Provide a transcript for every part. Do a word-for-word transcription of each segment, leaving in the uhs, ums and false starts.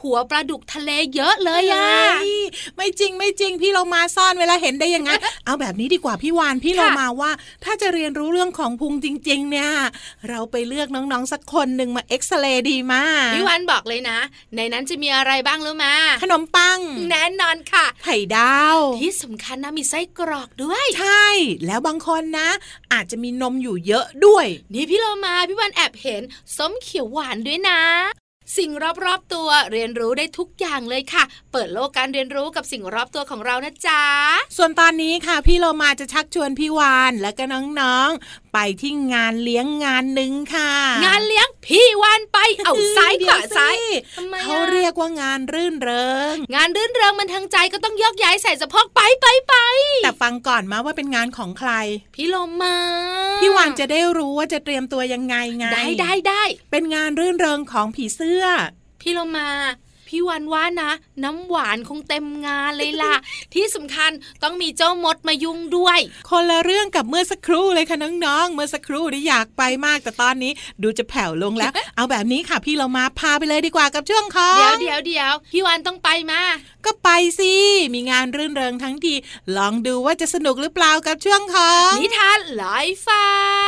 หัวปลาดุกทะเลเยอะเลยอะไม่จริงไม่จริงพี่เรามาซ่อนเวลาเห็นได้ยังไง เอาแบบนี้ดีกว่าพี่วานพี่เรามาว่าถ้าจะเรียนรู้เรื่องของพุงจริงๆเนี่ยเราไปเลือกน้องๆสักคนหนึ่งมาเอ็กซเรย์ดีมากพี่วานบอกเลยนะในนั้นจะมีอะไรบ้างรู้ไหมขนมปังแน่นอนค่ะไข่ดาวที่สำคัญนะมีไส้กรอกด้วยใช่แล้วบางคนนะอาจจะมีนมอยู่เยอะด้วยนี่พี่เรามาพี่วานแอบเห็นส้มเขียวหวานด้วยนะสิ่งรอบๆตัวเรียนรู้ได้ทุกอย่างเลยค่ะเปิดโลกการเรียนรู้กับสิ่งรอบตัวของเรานะจ๊ะส่วนตอนนี้ค่ะพี่โลมาจะชักชวนพี่วานและก็น้องๆไปที่งานเลี้ยงงานหนึ่งค่ะงานเลี้ยงพี่วานไปเอาซ้ายขวาซ้ายเขาเรียกว่างานรื่นเริงงานรื่นเริงมันทางใจก็ต้องยกย้ายใส่สะโพกไปไปไปแต่ฟังก่อนมาว่าเป็นงานของใครพี่โลมาพี่วานจะได้รู้ว่าจะเตรียมตัวยังไงไงได้ได้ได้เป็นงานรื่นเริงของผีเสื้อพี่โลมาพี่วันว่านะน้ำหวานคงเต็มงานเลยล่ะ ที่สำคัญต้องมีเจ้ามดมายุ่งด้วยคนละเรื่องกับเมื่อสักครู่เลยค่ะน้องๆเมื่อสักครู่นี่อยากไปมากแต่ตอนนี้ดูจะแผ่วลงแล้ว เอาแบบนี้ค่ะพี่เรามาพาไปเลยดีกว่ากับช่วงของเดี๋ยวเดี๋ยวเดี๋ยวพี่วันต้องไปมาก็ไปสิมีงานรื่นเริงทั้งทีลองดูว่าจะสนุกหรือเปล่ากับช่วงของนิทานลอยฟ้า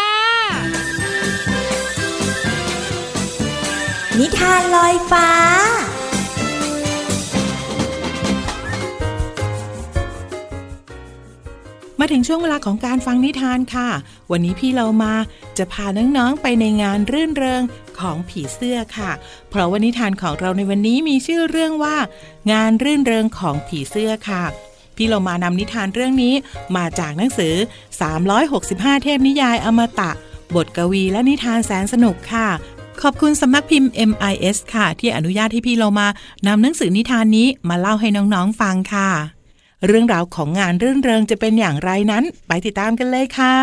นิทานลอยฟ้ามาถึงช่วงเวลาของการฟังนิทานค่ะวันนี้พี่เรามาจะพาน้องๆไปในงานรื่นเริงของผีเสื้อค่ะเพราะว่านิทานของเราในวันนี้มีชื่อเรื่องว่างานรื่นเริงของผีเสื้อค่ะพี่เรามานำนิทานเรื่องนี้มาจากหนังสือสามร้อยหกสิบห้าเทพนิยายอมตะบทกวีและนิทานแสนสนุกค่ะขอบคุณสำนักพิมพ์ เอ็ม ไอ เอส ค่ะที่อนุญาตให้พี่เรามานำหนังสือนิทานนี้มาเล่าให้น้องๆฟังค่ะเรื่องราวของงานรื่นเริงจะเป็นอย่างไรนั้นไปติดตามกันเลยค่ะ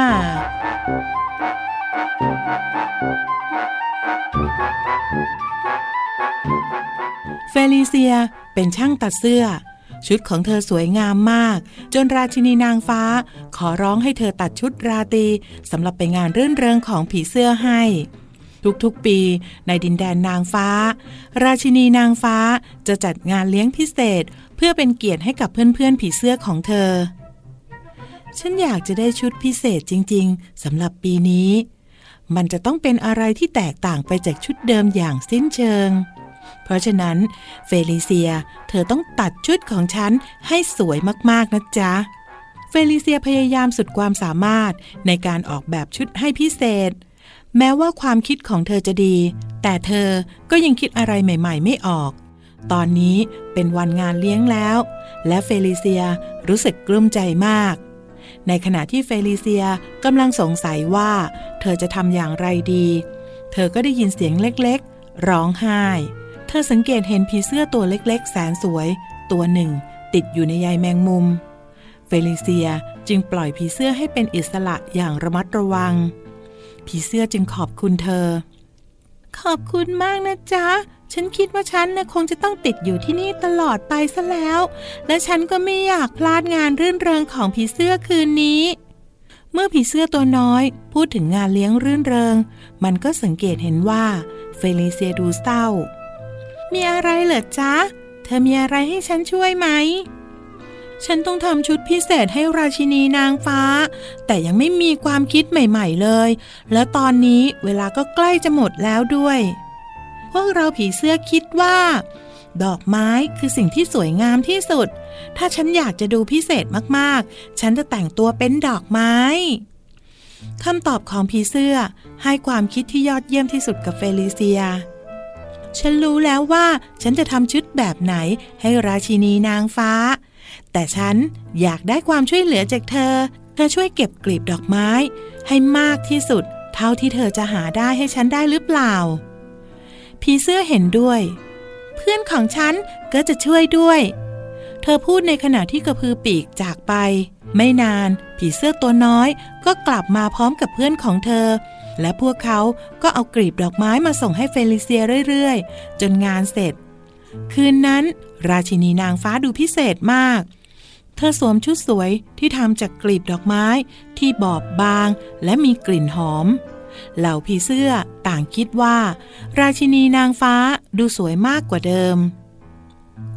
เฟลิเซียเป็นช่างตัดเสื้อชุดของเธอสวยงามมากจนราชินีนางฟ้าขอร้องให้เธอตัดชุดราตรีสำหรับไปงานรื่นเริงของผีเสื้อให้ทุกๆปีในดินแดนนางฟ้าราชินีนางฟ้าจะจัดงานเลี้ยงพิเศษเพื่อเป็นเกียรติให้กับเพื่อนๆผีเสื้อของเธอฉันอยากจะได้ชุดพิเศษจริงๆสำหรับปีนี้มันจะต้องเป็นอะไรที่แตกต่างไปจากชุดเดิมอย่างสิ้นเชิงเพราะฉะนั้นเฟลิเซียเธอต้องตัดชุดของฉันให้สวยมากๆนะจ๊ะเฟลิเซียพยายามสุดความสามารถในการออกแบบชุดให้พิเศษแม้ว่าความคิดของเธอจะดีแต่เธอก็ยังคิดอะไรใหม่ๆไม่ออกตอนนี้เป็นวันงานเลี้ยงแล้วและเฟลิเซียรู้สึกกลุ้มใจมากในขณะที่เฟลิเซียกำลังสงสัยว่าเธอจะทำอย่างไรดีเธอก็ได้ยินเสียงเล็กๆร้องไห้เธอสังเกตเห็นผีเสื้อตัวเล็กๆแสนสวยตัวหนึ่งติดอยู่ในใยแมงมุมเฟลิเซียจึงปล่อยผีเสื้อให้เป็นอิสระอย่างระมัดระวังผีเสื้อจึงขอบคุณเธอขอบคุณมากนะจ๊ะฉันคิดว่าฉันน่ะคงจะต้องติดอยู่ที่นี่ตลอดไปซะแล้วและฉันก็ไม่อยากพลาดงานรื่นเริงของผีเสื้อคืนนี้เมื่อผีเสื้อตัวน้อยพูดถึงงานเลี้ยงรื่นเริงมันก็สังเกตเห็นว่าเฟลิเซียดูเศร้ามีอะไรเหรอจ๊ะเธอมีอะไรให้ฉันช่วยไหมฉันต้องทำชุดพิเศษให้ราชินีนางฟ้าแต่ยังไม่มีความคิดใหม่ๆเลยแล้วตอนนี้เวลาก็ใกล้จะหมดแล้วด้วยพวกเราผีเสื้อคิดว่าดอกไม้คือสิ่งที่สวยงามที่สุดถ้าฉันอยากจะดูพิเศษมากๆฉันจะแต่งตัวเป็นดอกไม้คำตอบของผีเสื้อให้ความคิดที่ยอดเยี่ยมที่สุดกับเฟลิเซียฉันรู้แล้วว่าฉันจะทำชุดแบบไหนให้ราชินีนางฟ้าแต่ฉันอยากได้ความช่วยเหลือจากเธอเธอช่วยเก็บกลีบดอกไม้ให้มากที่สุดเท่าที่เธอจะหาได้ให้ฉันได้หรือเปล่าผีเสื้อเห็นด้วยเพื่อนของฉันก็จะช่วยด้วยเธอพูดในขณะที่กระพือปีกจากไปไม่นานผีเสื้อตัวน้อยก็กลับมาพร้อมกับเพื่อนของเธอและพวกเขาก็เอากลีบดอกไม้มาส่งให้เฟลิเซียเรื่อยๆจนงานเสร็จคืนนั้นราชินีนางฟ้าดูพิเศษมากเธอสวมชุดสวยที่ทำจากกลีบดอกไม้ที่บอบบางและมีกลิ่นหอมเหล่าผีเสื้อต่างคิดว่าราชินีนางฟ้าดูสวยมากกว่าเดิม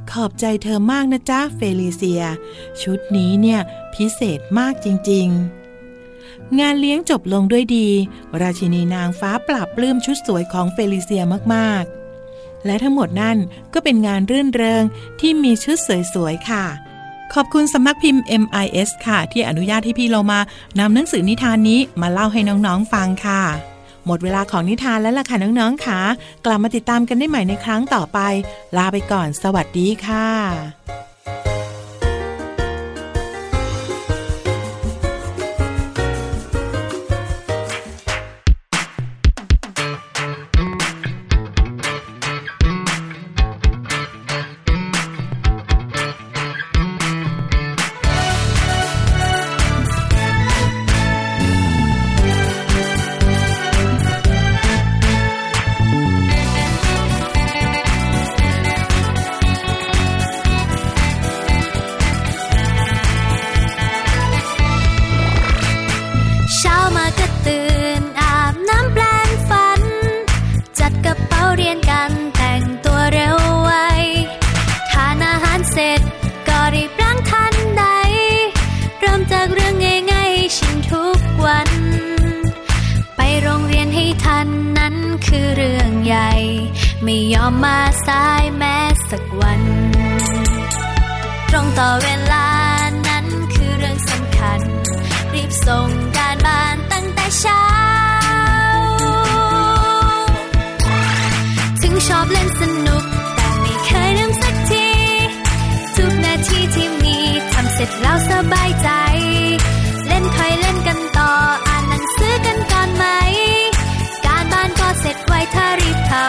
ขอบใจเธอมากนะจ๊ะเฟลิเซียชุดนี้เนี่ยพิเศษมากจริงๆงานเลี้ยงจบลงด้วยดีราชินีนางฟ้าปราบปลื้มชุดสวยของเฟลิเซียมากๆและทั้งหมดนั่นก็เป็นงานรื่นเริงที่มีชุดสวยๆค่ะขอบคุณสำนักพิมพ์ เอ็ม ไอ เอส ค่ะที่อนุญาตให้พี่เรามานำหนังสือนิทานนี้มาเล่าให้น้องๆฟังค่ะหมดเวลาของนิทานแล้วล่ะค่ะน้องๆค่ะกลับมาติดตามกันได้ใหม่ในครั้งต่อไปลาไปก่อนสวัสดีค่ะไม่ยอมมาสายแม้สักวันตรงต่อเวลานั้นคือเรื่องสำคัญรีบส่งการบ้านตั้งแต่เช้าถึงชอบเล่นสนุกแต่ไม่เคยลืมสักทีทุกนาทีที่มีทำเสร็จแล้วสบายใจเล่นค่อยเล่นกันต่ออ่านหนังสือกันก่อนไหมการบ้านก็เสร็จไวถ้ารีบทำ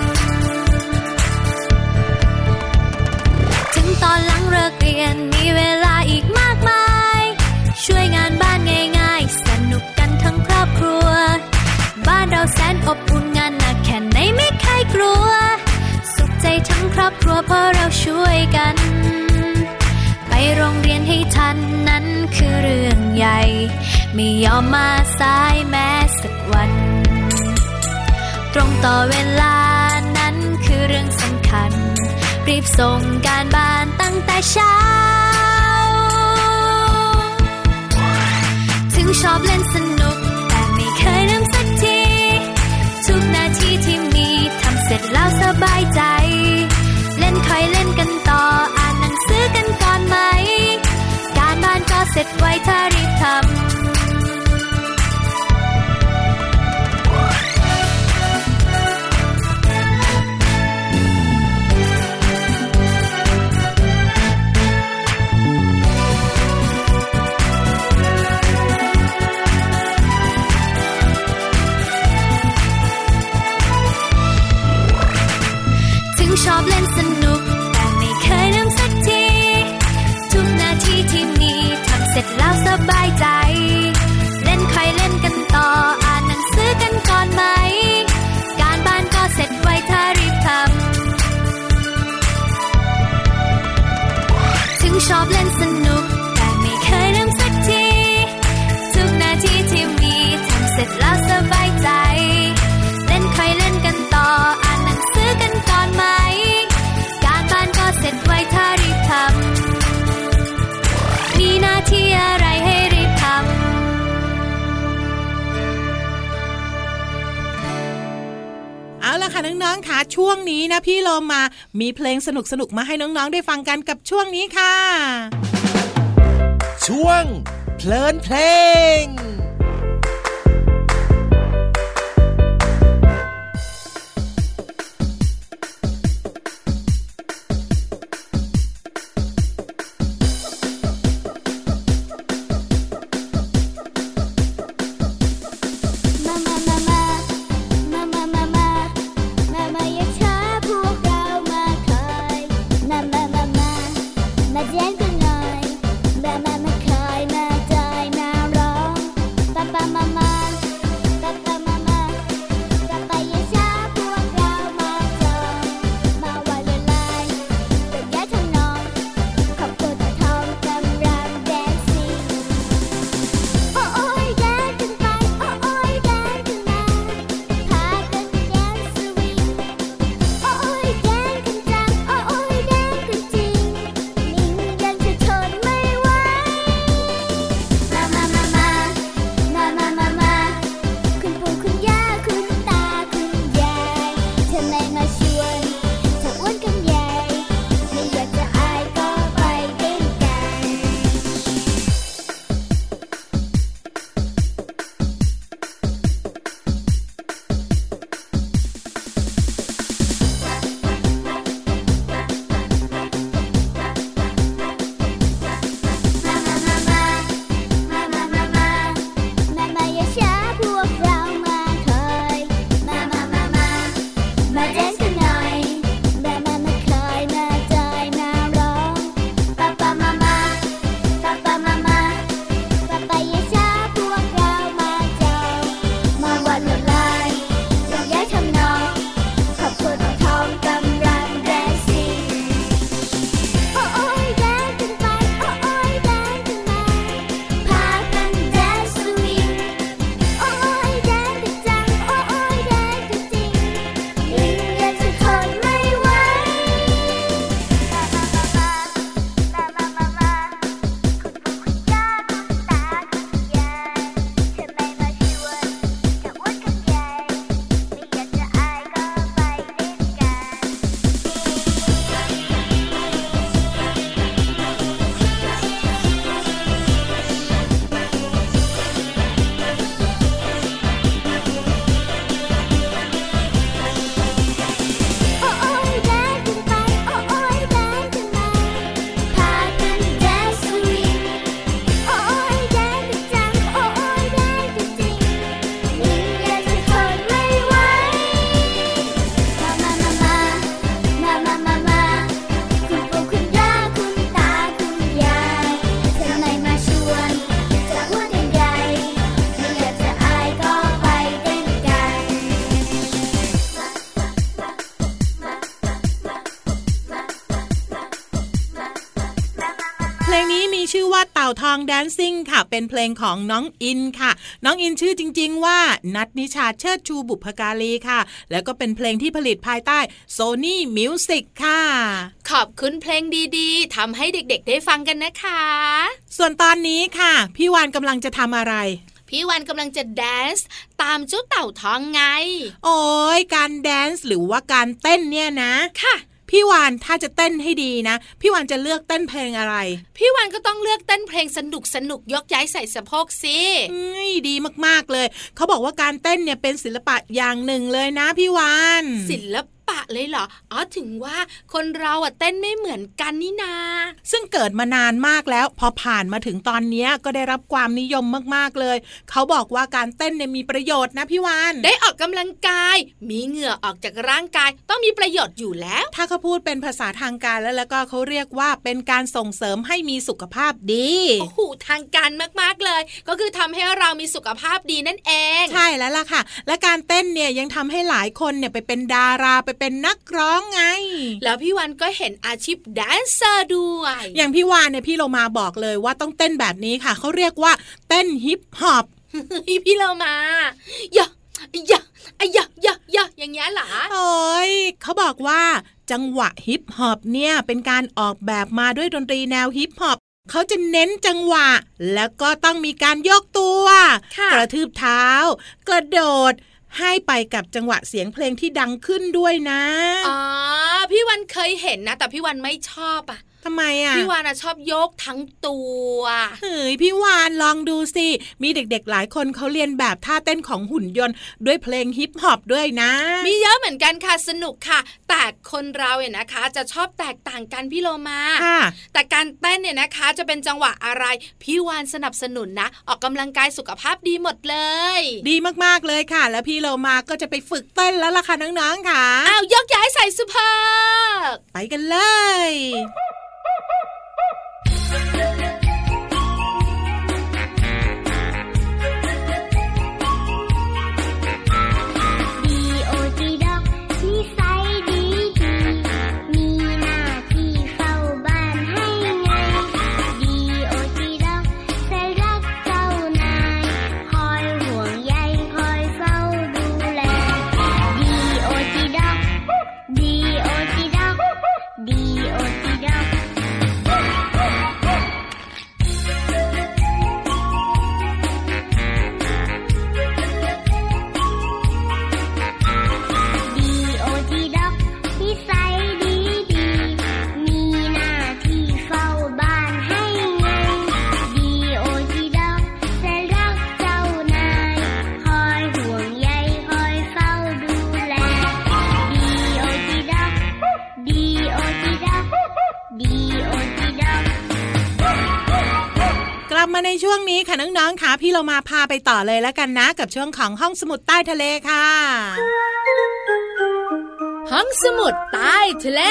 ตอนหลังเลิกเรียนมีเวลาอีกมากมายช่วยงานบ้านง่ายๆสนุกกันทั้งครอบครัวบ้านเราแสนอบอุ่นงานหนักแค่ไหนไม่เคยกลัวสุขใจทั้งครอบครัวเพราะเราช่วยกันไปโรงเรียนให้ทันนั้นคือเรื่องใหญ่ไม่ยอมมาสายแม้สักวันตรงต่อเวลานั้นคือเรื่องสำคัญรีบส่งการบ้านตั้งแต่เช้าถึงชอบเล่นสนุกแต่ไม่เคยลืมสักทีทุกนาทีที่มีทำเสร็จแล้วสบายใจเล่นค่อยเล่นกันต่ออ่านหนังสือกันก่อนไหมการบ้านก็เสร็จไวถ้ารีบทำชอบเล่นสนุกแต่ไม่เคยลืมสักทีทุกนาทีที่มีทำเสร็จแล้วสบายใจเล่นค่อยเล่นกันต่ออ่านหนังสือกันก่อนไหมการบ้านก็เสร็จไวถ้ารีบทำถึงชอบเล่นสนุกแต่ไม่เคยลืมสักทีทุกนาทีที่มีทำเสร็จแล้วสบายใจเล่นค่อยเล่นกันต่ออ่านหนังสือกันก่อนไหมการบ้านก็เสร็จไวถ้ารีบทำมีหน้าที่อะไรให้รีบทำเอาล่ะค่ะน้องๆค่ะช่วงนี้นะพี่โลมามีเพลงสนุกๆมาให้น้องๆได้ฟังกันกับช่วงนี้ค่ะช่วงเพลินเพลงมาเล่นกันหน่อยมามามาคอยมาจอยมาร้องว่าเต่าทองแดนซิ่งค่ะเป็นเพลงของน้องอินค่ะน้องอินชื่อจริงๆว่านัทนิชาเชิดชูบุพการีค่ะแล้วก็เป็นเพลงที่ผลิตภายใต้ Sony Music ค่ะขอบคุณเพลงดีๆทำให้เด็กๆได้ฟังกันนะคะส่วนตอนนี้ค่ะพี่วานกำลังจะทำอะไรพี่วันกำลังจะแดนซ์ตามเจ้าเต่าทองไงโอ้ยการแดนซ์หรือว่าการเต้นเนี่ยนะค่ะพี่วานถ้าจะเต้นให้ดีนะพี่วานจะเลือกเต้นเพลงอะไรพี่วานก็ต้องเลือกเต้นเพลงสนุกสนุกยกย้ายใส่สะโพกสิดีมากๆเลยเขาบอกว่าการเต้นเนี่ยเป็นศิลปะอย่างหนึ่งเลยนะพี่วานศิลปะเลยเหรออ๋อถึงว่าคนเราอ่ะเต้นไม่เหมือนกันนี่นาซึ่งเกิดมานานมากแล้วพอผ่านมาถึงตอนนี้ก็ได้รับความนิยมมากๆเลยเขาบอกว่าการเต้นเนี่ยมีประโยชน์นะพี่วานได้ออกกำลังกายมีเหงื่อออกจากร่างกายต้องมีประโยชน์อยู่แล้วถ้าเขาพูดเป็นภาษาทางการแล้วแล้วก็เขาเรียกว่าเป็นการส่งเสริมให้มีสุขภาพดีโอ้โหทางการมากๆเลยก็คือทำให้เรามีสุขภาพดีนั่นเองใช่แล้วล่ะค่ะและการเต้นเนี่ยยังทำให้หลายคนเนี่ยไปเป็นดาราไปเป็นนักร้องไงแล้วพี่วันก็เห็นอาชีพแดนเซอร์ด้วยอย่างพี่วานเนี่ยพี่โลมาบอกเลยว่าต้องเต้นแบบนี้ค่ะเขาเรียกว่าเต้นฮิปฮอปพี่โลมาอย่าอย่าอย่าอย่าอย่าอย่างเงี้ยเหรอโอ้ยเขาบอกว่าจังหวะฮิปฮอปเนี่ยเป็นการออกแบบมาด้วยดนตรีแนวฮิปฮอปเขาจะเน้นจังหวะแล้วก็ต้องมีการโยกตัวกระทืบเท้ากระโดดให้ไปกับจังหวะเสียงเพลงที่ดังขึ้นด้วยนะอ๋อพี่วันเคยเห็นนะแต่พี่วันไม่ชอบอ่ะทำไมอ่ะพี่วานชอบโยกทั้งตัวเฮ้ยพี่วานลองดูสิมีเด็กๆหลายคนเขาเรียนแบบท่าเต้นของหุ่นยนต์ด้วยเพลงฮิปฮอปด้วยนะมีเยอะเหมือนกันค่ะสนุกค่ะแต่คนเราเนี่ยนะคะจะชอบแตกต่างกันพี่โลมาแต่การเต้นเนี่ยนะคะจะเป็นจังหวะอะไรพี่วานสนับสนุนนะออกกำลังกายสุขภาพดีหมดเลยดีมากๆเลยค่ะแล้วพี่โลมาก็จะไปฝึกเต้นแล้วล่ะค่ะน้องๆค่ะอ้าวยกย้ายใส่สุภาพไปกันเลยมาในช่วงนี้ค่ะน้องๆค่ะพี่เรามาพาไปต่อเลยแล้วกันนะกับช่วงของห้องสมุดใต้ทะเลค่ะห้องสมุดใต้ทะเล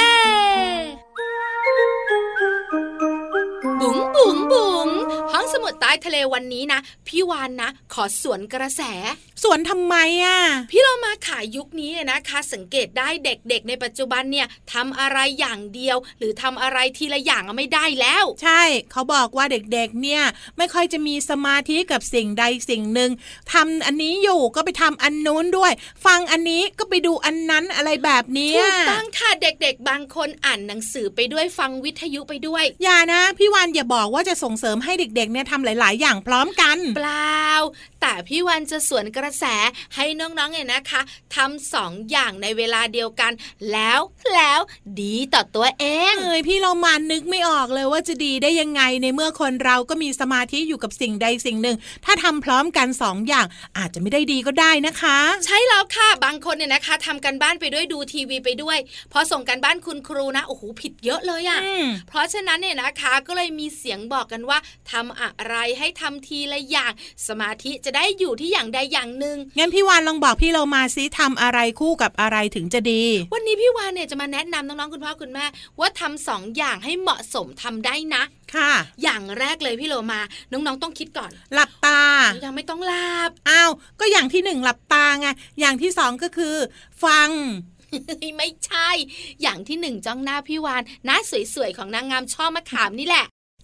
บุ๋งบุ๋งบุ๋งห้องสมุดใต้ทะเลวันนี้นะพี่วานนะขอสวนกระแสสวนทำไมอ่ะพี่เรามาขายยุคนี้นะคะสังเกตได้เด็กๆในปัจจุบันเนี่ยทำอะไรอย่างเดียวหรือทำอะไรทีละอย่างไม่ได้แล้วใช่เขาบอกว่าเด็กๆเนี่ยไม่ค่อยจะมีสมาธิกับสิ่งใดสิ่งหนึ่งทำอันนี้อยู่ก็ไปทำอันนู้นด้วยฟังอันนี้ก็ไปดูอันนั้นอะไรแบบนี้ถูกต้องค่ะเด็กๆบางคนอ่านหนังสือไปด้วยฟังวิทยุไปด้วยอย่านะพี่วานอย่าบอกว่าจะส่งเสริมให้เด็กๆเนี่ยทำหลายๆอย่างพร้อมกันเปล่าแต่พี่วานจะสวนกระแสให้น้องๆเนี่ยนะคะทำสองอย่างในเวลาเดียวกันแล้วแล้วดีต่อตัวเองเอ้ยพี่เรามานึกไม่ออกเลยว่าจะดีได้ยังไงในเมื่อคนเราก็มีสมาธิอยู่กับสิ่งใดสิ่งหนึ่งถ้าทำพร้อมกันสองอย่างอาจจะไม่ได้ดีก็ได้นะคะใช่แล้วค่ะบางคนเนี่ยนะคะทำกันบ้านไปด้วยดูทีวีไปด้วยพอส่งกันบ้านคุณครูนะโอ้โหผิดเยอะเลยอ่ะเพราะฉะนั้นเนี่ยนะคะก็เลยมีเสียงบอกกันว่าทำอะไรให้ทำทีละอย่างสมาธิจะได้อยู่ที่อย่างใดอย่างหนึ่งงั้นพี่วานลองบอกพี่เรามาซิทำอะไรคู่กับอะไรถึงจะดีวันนี้พี่วานเนี่ยจะมาแนะนำน้องๆคุณพ่อคุณแม่ว่าทำสองอย่างให้เหมาะสมทำได้นะค่ะอย่างแรกเลยพี่โลมาน้องๆต้องคิดก่อนหลับตายังไม่ต้องหลับอ้าวก็อย่างที่หนึ่งหลับตาไงอย่างที่สองก็คือฟังไม่ใช่อย่างที่หนึ่งจ้องหน้าพี่วานหน้าสวยๆของนางงามช่อมะขามนี่แหละ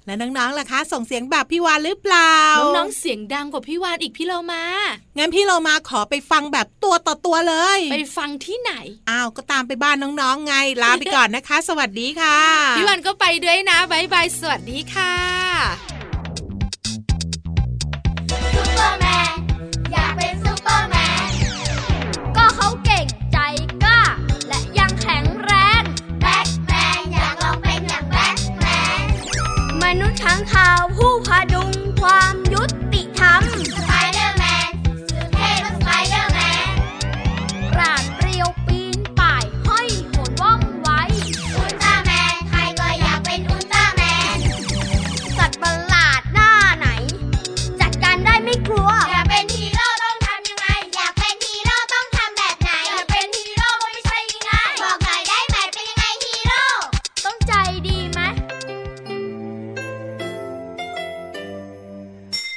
และน้องๆล่ะคะส่งเสียงแบบพี่วานหรือเปล่าน้องๆเสียงดังกว่าพี่วานอีกพี่เรามางั้นพี่เรามาขอไปฟังแบบตัวต่อตัวเลยไปฟังที่ไหนอ้าวก็ตามไปบ้านน้องๆไงลาไปก่อนนะคะ สวัสดีค่ะพี่วานก็ไปด้วยนะบ๊ายบายสวัสดีค่ะซุปเปอร์แมนอยากเป็นซุปเปอร์แมนก็เขาเก่งใจกล้าและยังแข็งแรงแบทแมนอยากลองเป็นอย่างแบทแมนมนุษย์ค้างคาวผู้พดุงความยุติธรรมสไปเดอร์แมนสุดเท่สไปเดอร์แมนปราดเปรียวปีนป่ายห้อยโหนว่องไวอุลตร้าแมนใครก็อยากเป็นอุลตร้าแมนสัตว์ประหลาดหน้าไหนจัดการได้ไม่กลัวอยากเป็นฮีโร่ต้องทำยังไงอยากเป็นฮีโร่ต้องทำแบบไหนอยากเป็นฮีโร่ก็ไม่ใช่ง่ายบอกหน่อยได้ไหมเป็นยังไงฮีโร่ต้องใจดีไหม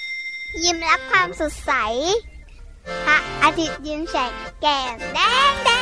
ยิ้มรับความสดใสพระอาทิตย์ยิ้มแฉกแก้มแดงแด